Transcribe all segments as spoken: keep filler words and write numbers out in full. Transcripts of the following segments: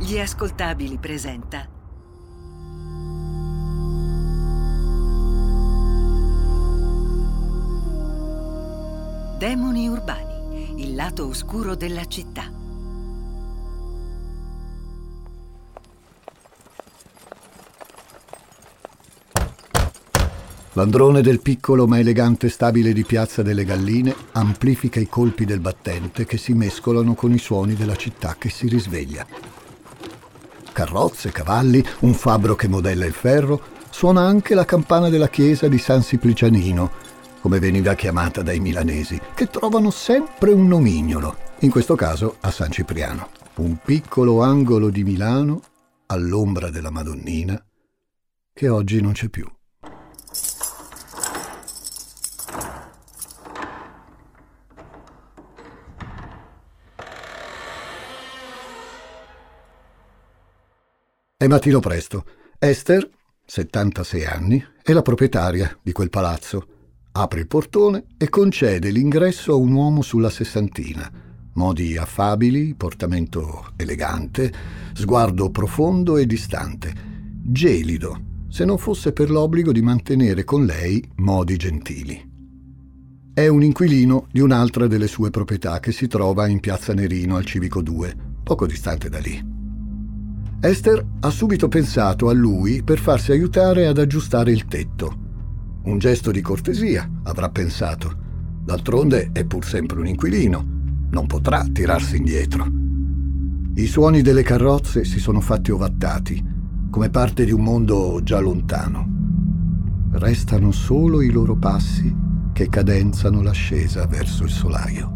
Gli Ascoltabili presenta Demoni urbani, il lato oscuro della città. L'androne del piccolo ma elegante stabile di Piazza delle Galline amplifica i colpi del battente che si mescolano con i suoni della città che si risveglia. Carrozze, cavalli, un fabbro che modella il ferro, suona anche la campana della chiesa di San Simplicianino, come veniva chiamata dai milanesi, che trovano sempre un nomignolo, in questo caso a San Cipriano. Un piccolo angolo di Milano all'ombra della Madonnina che oggi non c'è più. È mattino presto. Esther, settantasei anni, è la proprietaria di quel palazzo. Apre il portone e concede l'ingresso a un uomo sulla sessantina. Modi affabili, portamento elegante, sguardo profondo e distante. Gelido, se non fosse per l'obbligo di mantenere con lei modi gentili. È un inquilino di un'altra delle sue proprietà che si trova in Piazza Nerino al Civico due, poco distante da lì. Esther ha subito pensato a lui per farsi aiutare ad aggiustare il tetto. Un gesto di cortesia, avrà pensato. D'altronde è pur sempre un inquilino, non potrà tirarsi indietro. I suoni delle carrozze si sono fatti ovattati, come parte di un mondo già lontano. Restano solo i loro passi che cadenzano l'ascesa verso il solaio.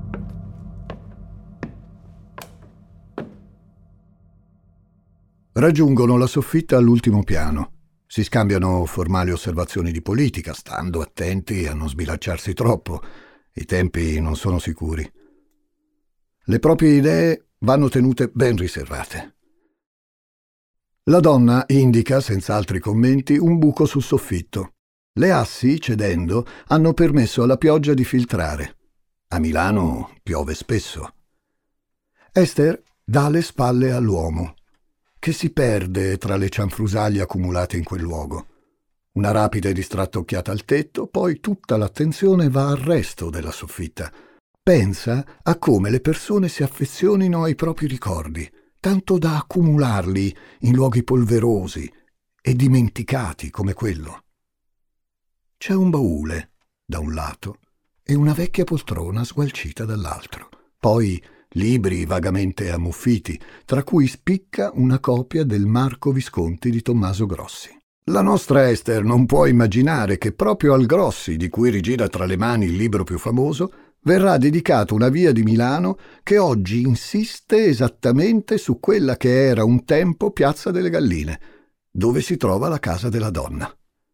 Raggiungono la soffitta all'ultimo piano. Si scambiano formali osservazioni di politica, stando attenti a non sbilacciarsi troppo. I tempi non sono sicuri. Le proprie idee vanno tenute ben riservate. La donna indica, senza altri commenti, un buco sul soffitto. Le assi, cedendo, hanno permesso alla pioggia di filtrare. A Milano piove spesso. Esther dà le spalle all'uomo, che si perde tra le cianfrusaglie accumulate in quel luogo. Una rapida e distratta occhiata al tetto, poi tutta l'attenzione va al resto della soffitta. Pensa a come le persone si affezionino ai propri ricordi, tanto da accumularli in luoghi polverosi e dimenticati come quello. C'è un baule da un lato e una vecchia poltrona sgualcita dall'altro. Poi libri vagamente ammuffiti, tra cui spicca una copia del Marco Visconti di Tommaso Grossi. La nostra Esther non può immaginare che proprio al Grossi, di cui rigira tra le mani il libro più famoso, verrà dedicata una via di Milano che oggi insiste esattamente su quella che era un tempo Piazza delle Galline, dove si trova la casa della donna.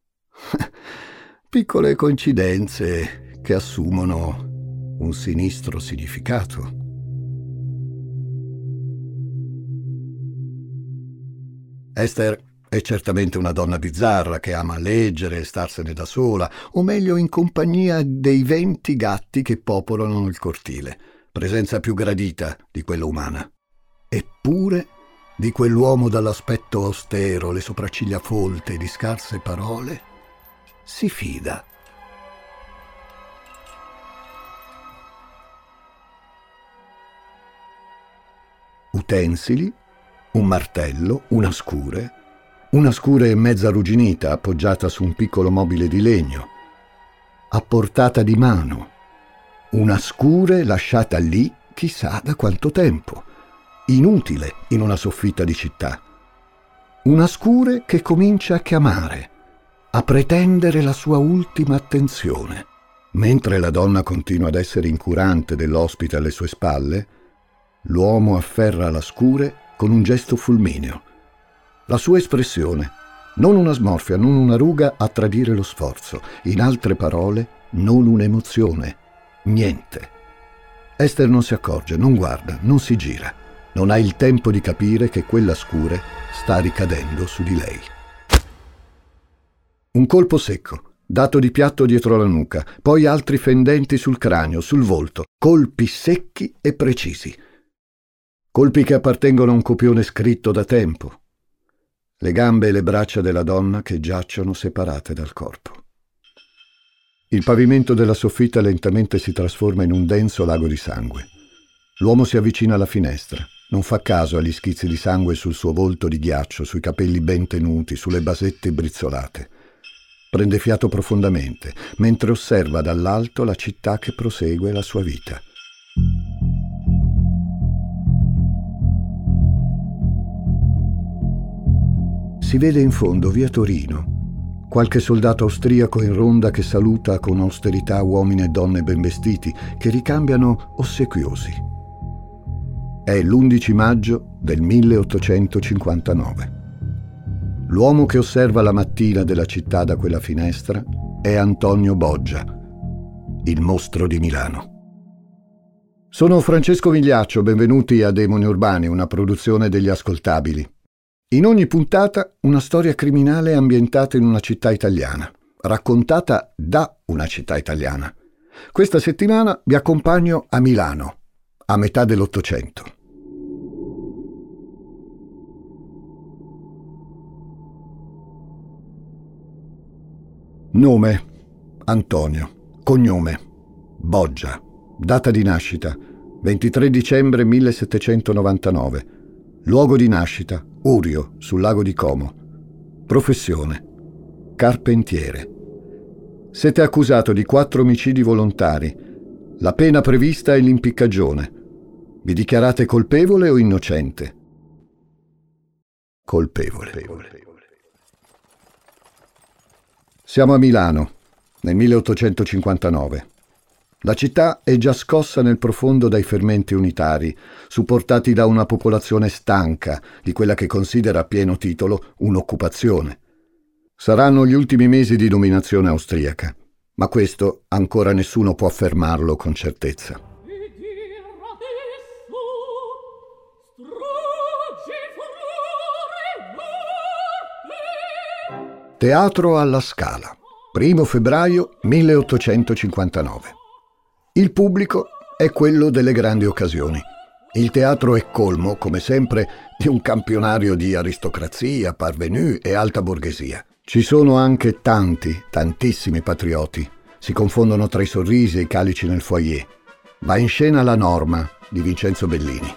Piccole coincidenze che assumono un sinistro significato. Esther è certamente una donna bizzarra che ama leggere e starsene da sola, o meglio in compagnia dei venti gatti che popolano il cortile, presenza più gradita di quella umana. Eppure di quell'uomo dall'aspetto austero, le sopracciglia folte e di scarse parole, si fida. Utensili: un martello, una scure, una scure mezza arrugginita appoggiata su un piccolo mobile di legno, a portata di mano, una scure lasciata lì chissà da quanto tempo, inutile in una soffitta di città, una scure che comincia a chiamare, a pretendere la sua ultima attenzione. Mentre la donna continua ad essere incurante dell'ospite alle sue spalle, l'uomo afferra la scure con un gesto fulmineo. La sua espressione, non una smorfia, non una ruga a tradire lo sforzo, in altre parole, non un'emozione, niente. Esther non si accorge, non guarda, non si gira, non ha il tempo di capire che quella scure sta ricadendo su di lei. Un colpo secco, dato di piatto dietro la nuca, poi altri fendenti sul cranio, sul volto, colpi secchi e precisi. colpi che appartengono a un copione scritto da tempo. Le gambe e le braccia della donna che giacciono separate dal corpo. Il pavimento della soffitta lentamente si trasforma in un denso lago di sangue. L'uomo si avvicina alla finestra, non fa caso agli schizzi di sangue sul suo volto di ghiaccio, sui capelli ben tenuti, sulle basette brizzolate. Prende fiato profondamente, mentre osserva dall'alto la città che prosegue la sua vita. Si vede in fondo via Torino qualche soldato austriaco in ronda che saluta con austerità uomini e donne ben vestiti che ricambiano ossequiosi. È l'undici maggio del milleottocentocinquantanove. L'uomo che osserva la mattina della città da quella finestra è Antonio Boggia, il mostro di Milano. Sono Francesco Migliaccio, benvenuti a Demoni Urbani, una produzione degli Ascoltabili. In ogni puntata una storia criminale ambientata in una città italiana, raccontata da una città italiana. Questa settimana vi accompagno a Milano, a metà dell'Ottocento. Nome: Antonio. Cognome: Boggia. Data di nascita: ventitré dicembre millesettecentonovantanove. Luogo di nascita: Urio, sul lago di Como. Professione: carpentiere. Siete accusato di quattro omicidi volontari. La pena prevista è l'impiccagione. Vi dichiarate colpevole o innocente? Colpevole. Siamo a Milano, nel milleottocentocinquantanove. La città è già scossa nel profondo dai fermenti unitari, supportati da una popolazione stanca di quella che considera a pieno titolo un'occupazione. Saranno gli ultimi mesi di dominazione austriaca, ma questo ancora nessuno può affermarlo con certezza. Teatro alla Scala, primo febbraio milleottocentocinquantanove. Il pubblico è quello delle grandi occasioni. Il teatro è colmo, come sempre, di un campionario di aristocrazia, parvenu e alta borghesia. Ci sono anche tanti, tantissimi patrioti. Si confondono tra i sorrisi e i calici nel foyer. Va in scena La Norma di Vincenzo Bellini.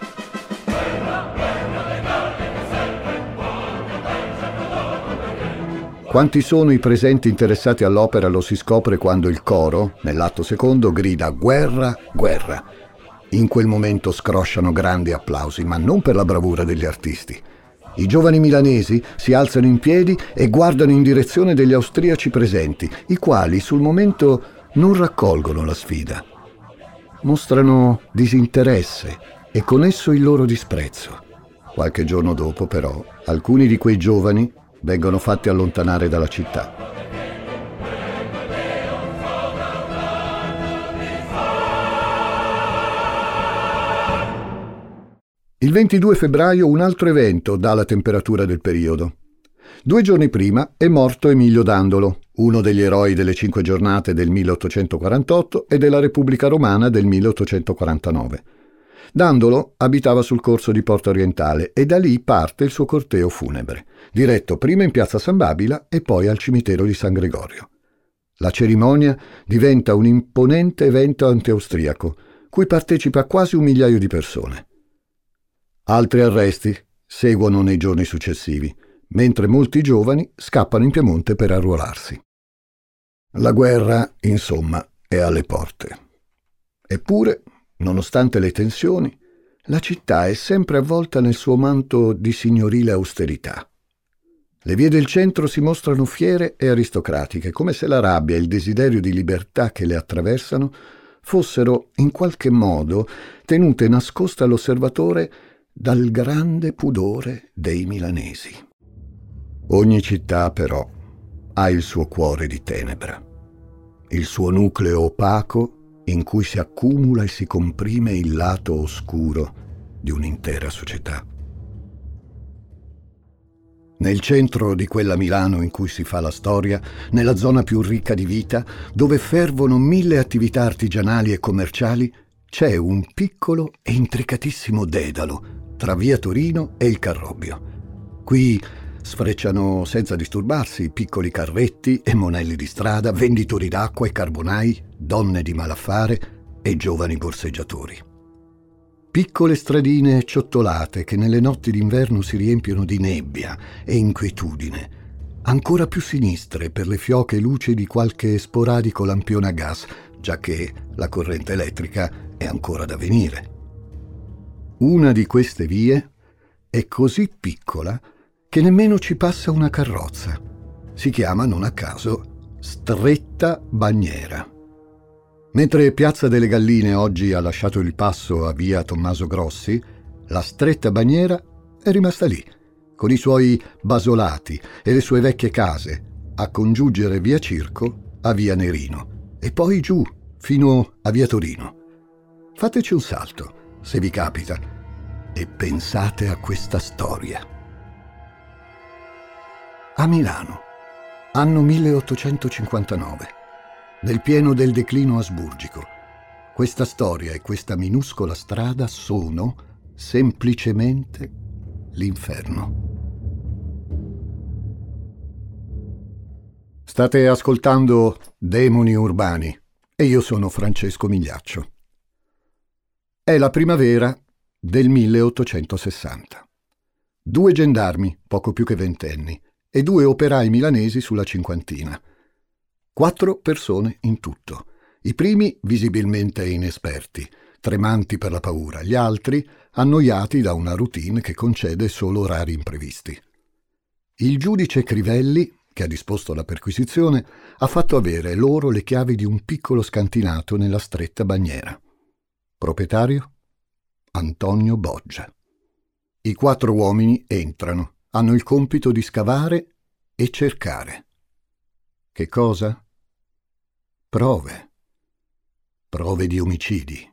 Quanti sono i presenti interessati all'opera lo si scopre quando il coro, nell'atto secondo, grida «Guerra, guerra». In quel momento scrosciano grandi applausi, ma non per la bravura degli artisti. I giovani milanesi si alzano in piedi e guardano in direzione degli austriaci presenti, i quali sul momento non raccolgono la sfida. Mostrano disinteresse e con esso il loro disprezzo. Qualche giorno dopo, però, alcuni di quei giovani vengono fatti allontanare dalla città. Il ventidue febbraio un altro evento dà la temperatura del periodo. Due giorni prima è morto Emilio Dandolo, uno degli eroi delle Cinque Giornate del milleottocentoquarantotto e della Repubblica Romana del milleottocentoquarantanove. Dandolo abitava sul corso di Porta Orientale e da lì parte il suo corteo funebre, diretto prima in piazza San Babila e poi al cimitero di San Gregorio. La cerimonia diventa un imponente evento anti-austriaco, cui partecipa quasi un migliaio di persone. Altri arresti seguono nei giorni successivi, mentre molti giovani scappano in Piemonte per arruolarsi. La guerra, insomma, è alle porte. Eppure, nonostante le tensioni, la città è sempre avvolta nel suo manto di signorile austerità. Le vie del centro si mostrano fiere e aristocratiche, come se la rabbia e il desiderio di libertà che le attraversano fossero in qualche modo tenute nascoste all'osservatore dal grande pudore dei milanesi. Ogni città, però, ha il suo cuore di tenebra, il suo nucleo opaco in cui si accumula e si comprime il lato oscuro di un'intera società. Nel centro di quella Milano in cui si fa la storia, nella zona più ricca di vita, dove fervono mille attività artigianali e commerciali, c'è un piccolo e intricatissimo dedalo, tra via Torino e il Carrobbio. Qui sfrecciano senza disturbarsi piccoli carretti e monelli di strada, venditori d'acqua e carbonai, donne di malaffare e giovani borseggiatori. Piccole stradine ciottolate che nelle notti d'inverno si riempiono di nebbia e inquietudine, ancora più sinistre per le fioche luci di qualche sporadico lampione a gas, giacché la corrente elettrica è ancora da venire. Una di queste vie è così piccola che nemmeno ci passa una carrozza. Si chiama, non a caso, Stretta Bagnera. Mentre Piazza delle Galline oggi ha lasciato il passo a via Tommaso Grossi, la Stretta Bagnera è rimasta lì, con i suoi basolati e le sue vecchie case, a congiungere via Circo a via Nerino e poi giù fino a via Torino. Fateci un salto, se vi capita, e pensate a questa storia. A Milano, anno milleottocentocinquantanove, nel pieno del declino asburgico, questa storia e questa minuscola strada sono semplicemente l'inferno. State ascoltando Demoni Urbani e io sono Francesco Migliaccio. È la primavera del milleottocentosessanta. Due gendarmi, poco più che ventenni, e due operai milanesi sulla cinquantina. Quattro persone in tutto. I primi visibilmente inesperti, tremanti per la paura, gli altri annoiati da una routine che concede solo rari imprevisti. Il giudice Crivelli, che ha disposto la perquisizione, ha fatto avere loro le chiavi di un piccolo scantinato nella Stretta Bagnera. Proprietario? Antonio Boggia. I quattro uomini entrano, hanno il compito di scavare e cercare. Che cosa? Prove. Prove di omicidi.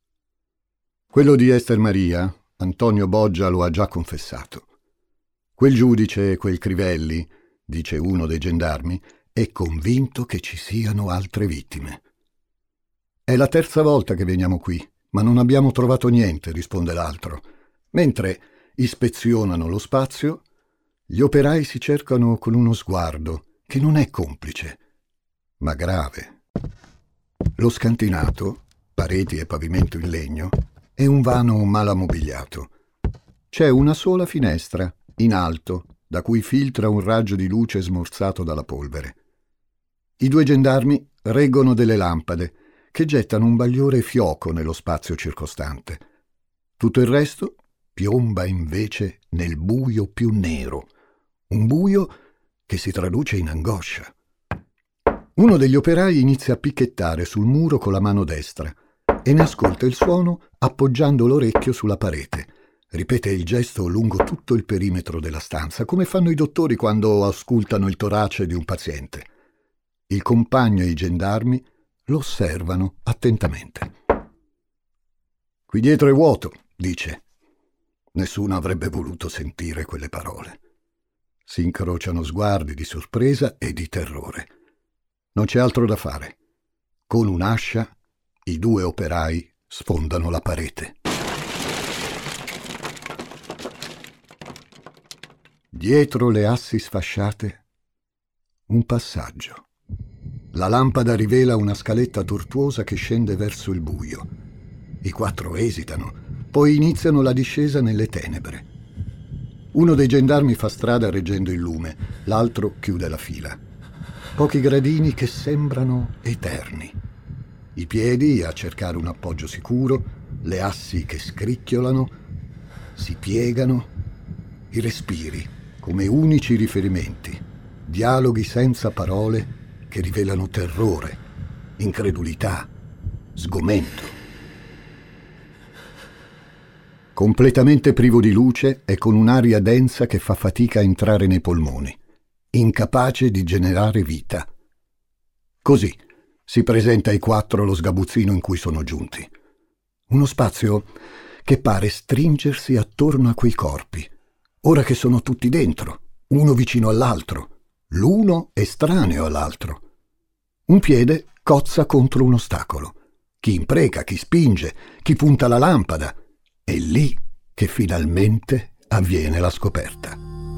Quello di Ester Maria, Antonio Boggia lo ha già confessato. Quel giudice, quel Crivelli, dice uno dei gendarmi, è convinto che ci siano altre vittime. È la terza volta che veniamo qui, ma non abbiamo trovato niente, risponde l'altro. Mentre ispezionano lo spazio, gli operai si cercano con uno sguardo che non è complice, ma grave. Lo scantinato, pareti e pavimento in legno, è un vano mal ammobiliato. C'è una sola finestra, in alto, da cui filtra un raggio di luce smorzato dalla polvere. I due gendarmi reggono delle lampade che gettano un bagliore fioco nello spazio circostante. Tutto il resto piomba invece nel buio più nero, un buio che si traduce in angoscia. Uno degli operai inizia a picchettare sul muro con la mano destra e ne ascolta il suono appoggiando l'orecchio sulla parete. Ripete il gesto lungo tutto il perimetro della stanza, come fanno i dottori quando auscultano il torace di un paziente. Il compagno e i gendarmi lo osservano attentamente. «Qui dietro è vuoto», dice. Nessuno avrebbe voluto sentire quelle parole. Si incrociano sguardi di sorpresa e di terrore. Non c'è altro da fare. Con un'ascia, i due operai sfondano la parete. Dietro le assi sfasciate, un passaggio. La lampada rivela una scaletta tortuosa che scende verso il buio. I quattro esitano, poi iniziano la discesa nelle tenebre. Uno dei gendarmi fa strada reggendo il lume, l'altro chiude la fila. Pochi gradini che sembrano eterni. I piedi a cercare un appoggio sicuro, le assi che scricchiolano, si piegano, i respiri come unici riferimenti, dialoghi senza parole che rivelano terrore, incredulità, sgomento. Completamente privo di luce e con un'aria densa che fa fatica a entrare nei polmoni, incapace di generare vita. Così si presenta ai quattro lo sgabuzzino in cui sono giunti. Uno spazio che pare stringersi attorno a quei corpi, ora che sono tutti dentro, uno vicino all'altro, l'uno estraneo all'altro. Un piede cozza contro un ostacolo. Chi impreca, chi spinge, chi punta la lampada. È lì che finalmente avviene la scoperta.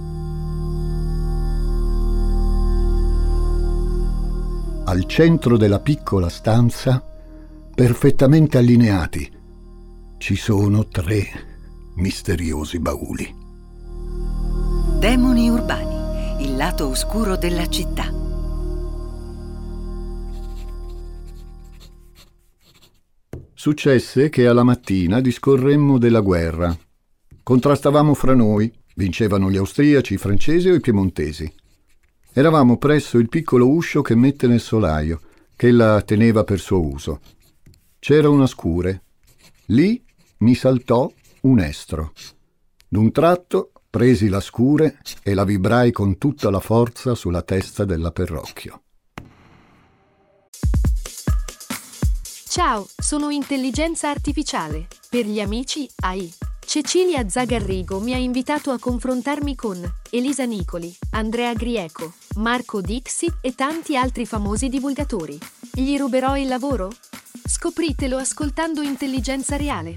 Al centro della piccola stanza, perfettamente allineati, ci sono tre misteriosi bauli. Demoni urbani, il lato oscuro della città. Successe che alla mattina discorremmo della guerra. Contrastavamo fra noi, vincevano gli austriaci, i francesi o i piemontesi. Eravamo presso il piccolo uscio che mette nel solaio, che ella teneva per suo uso. C'era una scure. Lì mi saltò un estro. D'un tratto presi la scure e la vibrai con tutta la forza sulla testa della Perrocchio. Ciao, sono intelligenza artificiale. Per gli amici, A I. Cecilia Zagarrigo mi ha invitato a confrontarmi con Elisa Nicoli, Andrea Grieco, Marco Dixit e tanti altri famosi divulgatori. Gli ruberò il lavoro? Scopritelo ascoltando Intelligenza Reale.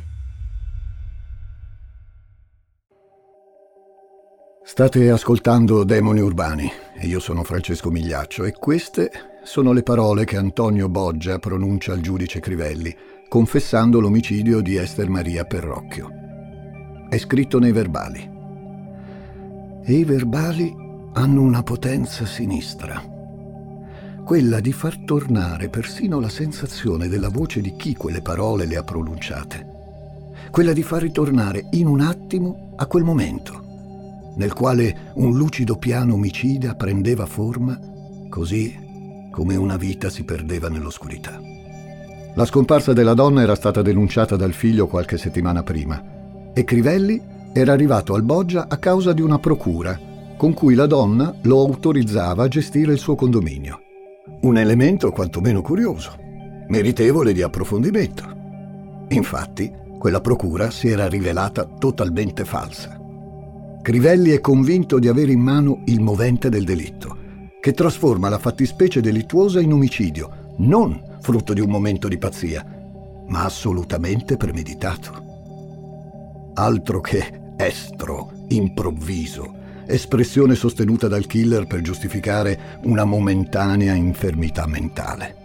State ascoltando Demoni Urbani e io sono Francesco Migliaccio e queste sono le parole che Antonio Boggia pronuncia al giudice Crivelli, confessando l'omicidio di Ester Maria Perrocchio. È scritto nei verbali. E i verbali hanno una potenza sinistra, quella di far tornare persino la sensazione della voce di chi quelle parole le ha pronunciate, quella di far ritornare in un attimo a quel momento, nel quale un lucido piano omicida prendeva forma, così come una vita si perdeva nell'oscurità. La scomparsa della donna era stata denunciata dal figlio qualche settimana prima e Crivelli era arrivato al Boggia a causa di una procura con cui la donna lo autorizzava a gestire il suo condominio. Un elemento quantomeno curioso, meritevole di approfondimento. Infatti, quella procura si era rivelata totalmente falsa. Crivelli è convinto di avere in mano il movente del delitto, che trasforma la fattispecie delittuosa in omicidio, non frutto di un momento di pazzia, ma assolutamente premeditato. Altro che estro, improvviso, espressione sostenuta dal killer per giustificare una momentanea infermità mentale.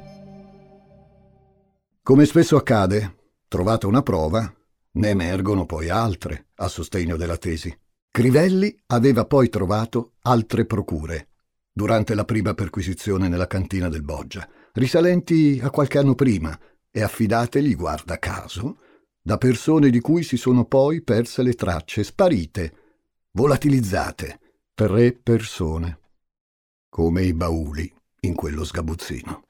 Come spesso accade, trovata una prova, ne emergono poi altre a sostegno della tesi. Crivelli aveva poi trovato altre procure durante la prima perquisizione nella cantina del Boggia, risalenti a qualche anno prima e affidategli, guarda caso, da persone di cui si sono poi perse le tracce, sparite, volatilizzate, tre persone, come i bauli in quello sgabuzzino.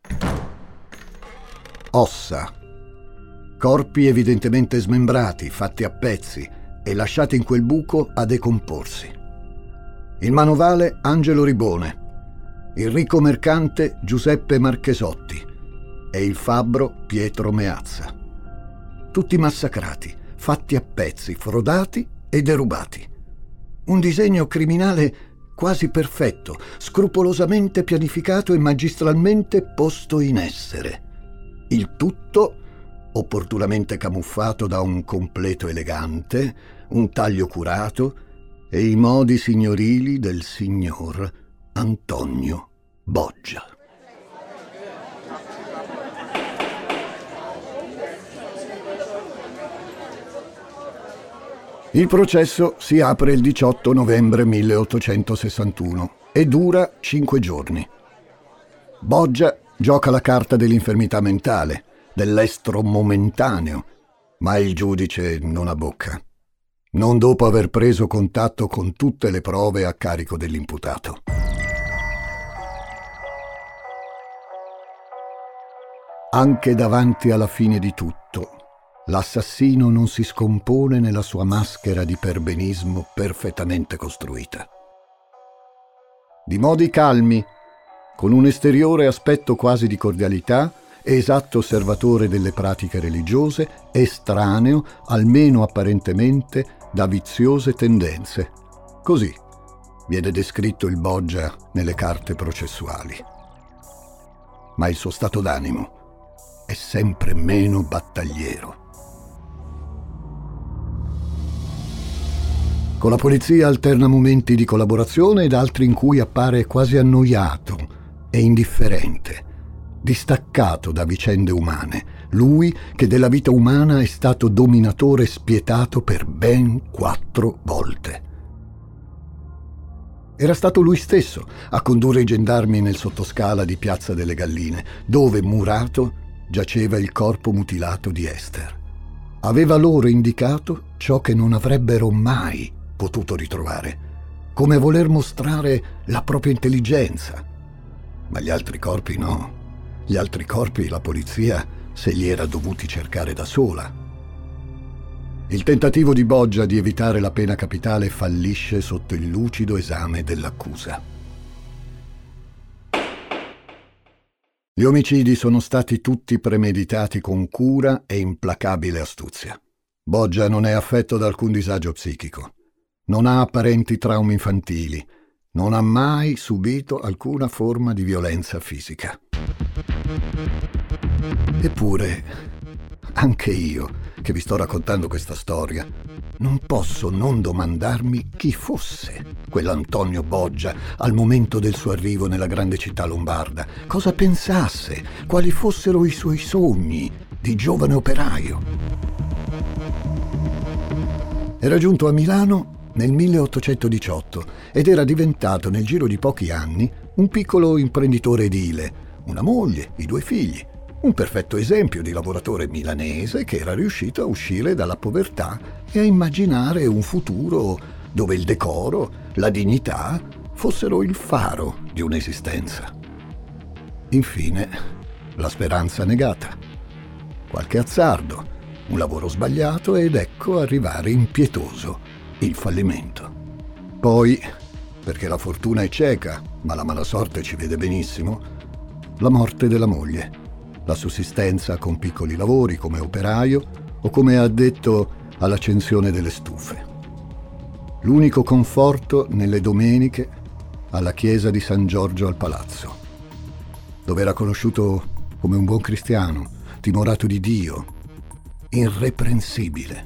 Ossa, corpi evidentemente smembrati, fatti a pezzi e lasciati in quel buco a decomporsi. Il manovale Angelo Ribone, il ricco mercante Giuseppe Marchesotti e il fabbro Pietro Meazza. Tutti massacrati, fatti a pezzi, frodati e derubati. Un disegno criminale quasi perfetto, scrupolosamente pianificato e magistralmente posto in essere. Il tutto opportunamente camuffato da un completo elegante, un taglio curato e i modi signorili del signor Antonio Boggia. Il processo si apre il diciotto novembre milleottocentosessantuno e dura cinque giorni. Boggia gioca la carta dell'infermità mentale, dell'estro momentaneo, ma il giudice non ha bocca, non dopo aver preso contatto con tutte le prove a carico dell'imputato. Anche davanti alla fine di tutto, l'assassino non si scompone nella sua maschera di perbenismo perfettamente costruita. Di modi calmi, con un esteriore aspetto quasi di cordialità, esatto osservatore delle pratiche religiose, estraneo, almeno apparentemente, da viziose tendenze. Così viene descritto il Boggia nelle carte processuali. Ma il suo stato d'animo è sempre meno battagliero. Con la polizia alterna momenti di collaborazione ed altri in cui appare quasi annoiato e indifferente, distaccato da vicende umane. Lui che della vita umana è stato dominatore spietato per ben quattro volte. Era stato lui stesso a condurre i gendarmi nel sottoscala di Piazza delle Galline, dove, murato, giaceva il corpo mutilato di Esther. Aveva loro indicato ciò che non avrebbero mai potuto ritrovare, come voler mostrare la propria intelligenza. Ma gli altri corpi no. Gli altri corpi la polizia se li era dovuti cercare da sola. Il tentativo di Boggia di evitare la pena capitale fallisce sotto il lucido esame dell'accusa. Gli omicidi sono stati tutti premeditati con cura e implacabile astuzia. Boggia non è affetto da alcun disagio psichico, non ha apparenti traumi infantili, non ha mai subito alcuna forma di violenza fisica. Eppure, anche io, che vi sto raccontando questa storia, non posso non domandarmi chi fosse quell'Antonio Boggia al momento del suo arrivo nella grande città lombarda, cosa pensasse, quali fossero i suoi sogni di giovane operaio. Era giunto a Milano nel milleottocentodiciotto ed era diventato nel giro di pochi anni un piccolo imprenditore edile, una moglie, i due figli, un perfetto esempio di lavoratore milanese che era riuscito a uscire dalla povertà e a immaginare un futuro dove il decoro, la dignità fossero il faro di un'esistenza. Infine, la speranza negata. Qualche azzardo, un lavoro sbagliato ed ecco arrivare impietoso il fallimento. Poi, perché la fortuna è cieca, ma la mala sorte ci vede benissimo, la morte della moglie. La sussistenza con piccoli lavori come operaio o come addetto all'accensione delle stufe. L'unico conforto nelle domeniche alla chiesa di San Giorgio al Palazzo, dove era conosciuto come un buon cristiano, timorato di Dio, irreprensibile.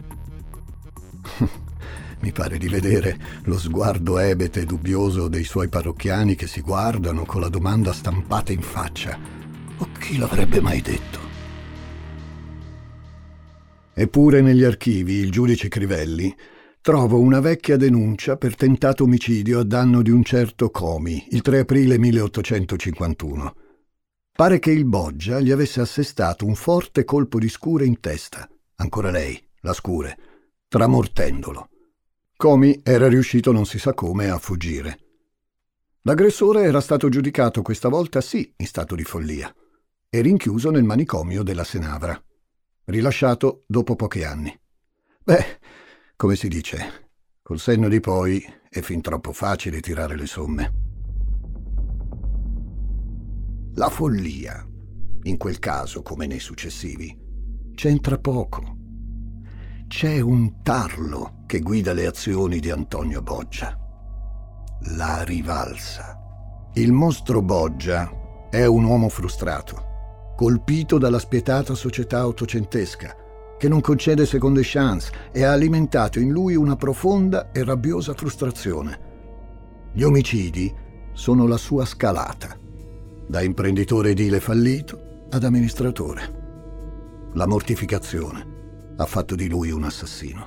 Mi pare di vedere lo sguardo ebete e dubbioso dei suoi parrocchiani che si guardano con la domanda stampata in faccia: o chi l'avrebbe mai detto? Eppure negli archivi il giudice Crivelli trovo una vecchia denuncia per tentato omicidio a danno di un certo Comi, il tre aprile milleottocentocinquantuno. Pare che il Boggia gli avesse assestato un forte colpo di scure in testa, ancora lei, la scure, tramortendolo. Comi era riuscito non si sa come a fuggire. L'aggressore era stato giudicato questa volta sì in stato di follia e rinchiuso nel manicomio della Senavra, rilasciato dopo pochi anni. Beh, come si dice, col senno di poi è fin troppo facile tirare le somme. La follia, in quel caso come nei successivi, c'entra poco. C'è un tarlo che guida le azioni di Antonio Boggia. La rivalsa. Il mostro Boggia è un uomo frustrato, colpito dalla spietata società ottocentesca, che non concede seconde chance e ha alimentato in lui una profonda e rabbiosa frustrazione. Gli omicidi sono la sua scalata, da imprenditore edile fallito ad amministratore. La mortificazione ha fatto di lui un assassino.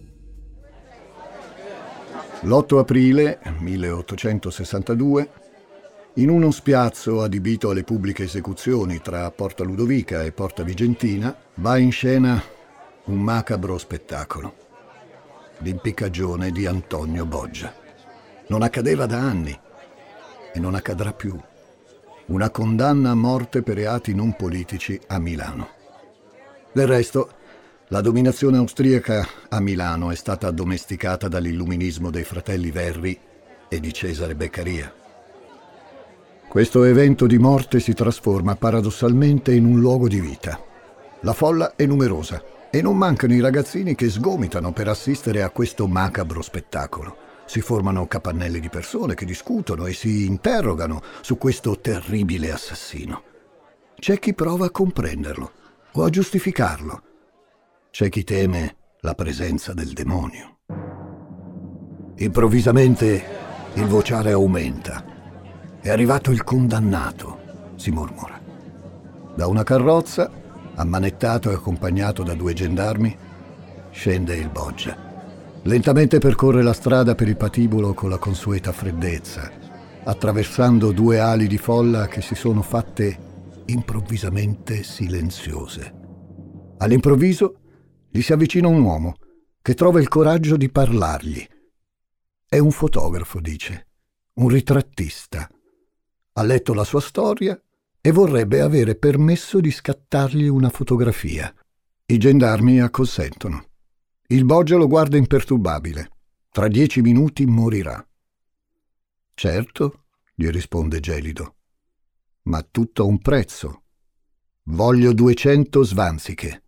L'otto aprile milleottocentosessantadue, in uno spiazzo adibito alle pubbliche esecuzioni tra Porta Ludovica e Porta Vigentina, va in scena un macabro spettacolo. L'impiccagione di Antonio Boggia. Non accadeva da anni e non accadrà più. Una condanna a morte per reati non politici a Milano. Del resto, la dominazione austriaca a Milano è stata addomesticata dall'illuminismo dei fratelli Verri e di Cesare Beccaria. Questo evento di morte si trasforma paradossalmente in un luogo di vita. La folla è numerosa e non mancano i ragazzini che sgomitano per assistere a questo macabro spettacolo. Si formano capannelli di persone che discutono e si interrogano su questo terribile assassino. C'è chi prova a comprenderlo o a giustificarlo. C'è chi teme la presenza del demonio. Improvvisamente il vociare aumenta. È arrivato il condannato, si mormora. Da una carrozza, ammanettato e accompagnato da due gendarmi, scende il Boggia. Lentamente percorre la strada per il patibolo con la consueta freddezza, attraversando due ali di folla che si sono fatte improvvisamente silenziose. All'improvviso gli si avvicina un uomo che trova il coraggio di parlargli. È un fotografo, dice, un ritrattista. Ha letto la sua storia e vorrebbe avere permesso di scattargli una fotografia. I gendarmi acconsentono. Il Boggia lo guarda imperturbabile. Tra dieci minuti morirà. Certo, gli risponde gelido, ma tutto a un prezzo. Voglio duecento svanziche.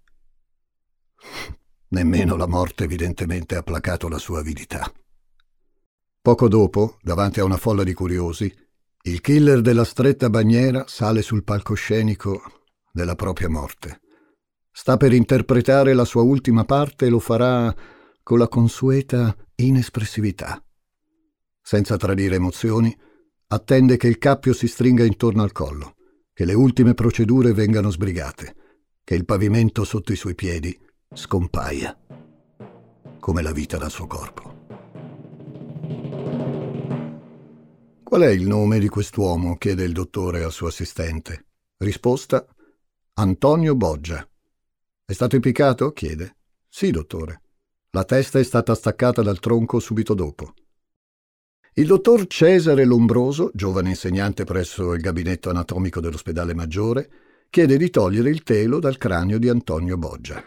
Nemmeno la morte evidentemente ha placato la sua avidità. Poco dopo, davanti a una folla di curiosi, il killer della stretta Bagnera sale sul palcoscenico della propria morte. Sta per interpretare la sua ultima parte e lo farà con la consueta inespressività. Senza tradire emozioni, attende che il cappio si stringa intorno al collo, che le ultime procedure vengano sbrigate, che il pavimento sotto i suoi piedi scompaia, come la vita dal suo corpo. Qual è il nome di quest'uomo? Chiede il dottore al suo assistente. Risposta: Antonio Boggia. È stato impiccato? Chiede. Sì, dottore. La testa è stata staccata dal tronco subito dopo. Il dottor Cesare Lombroso, giovane insegnante presso il gabinetto anatomico dell'ospedale Maggiore, chiede di togliere il telo dal cranio di Antonio Boggia.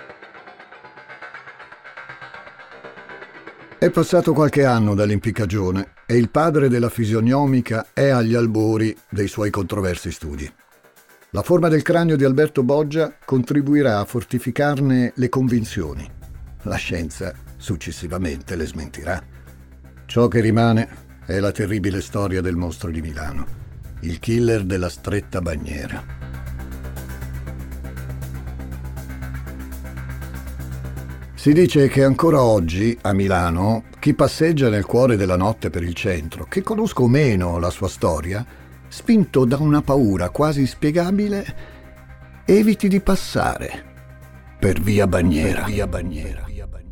È passato qualche anno dall'impiccagione e il padre della fisionomica è agli albori dei suoi controversi studi. La forma del cranio di Alberto Boggia contribuirà a fortificarne le convinzioni. La scienza successivamente le smentirà. Ciò che rimane è la terribile storia del mostro di Milano, il killer della stretta Bagnera. Si dice che ancora oggi, a Milano, chi passeggia nel cuore della notte per il centro, che conosca o meno la sua storia, spinto da una paura quasi inspiegabile, eviti di passare per via Bagnera. Per via Bagnera.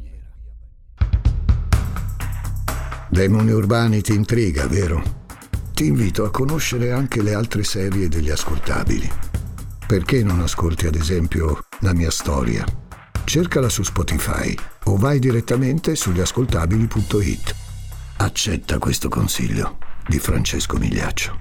Demoni Urbani ti intriga, vero? Ti invito a conoscere anche le altre serie degli ascoltabili. Perché non ascolti ad esempio La mia storia? Cercala su Spotify o vai direttamente sugli ascoltabili punto it. Accetta questo consiglio di Francesco Migliaccio.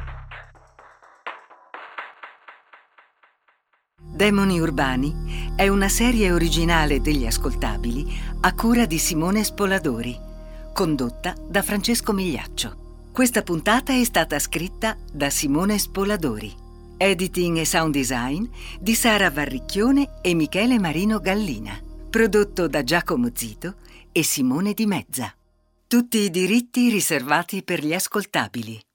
Demoni Urbani è una serie originale degli ascoltabili a cura di Simone Spoladori, condotta da Francesco Migliaccio. Questa puntata è stata scritta da Simone Spoladori. Editing e sound design di Sara Varricchione e Michele Marino Gallina. Prodotto da Giacomo Zito e Simone Di Mezza. Tutti i diritti riservati per gli ascoltabili.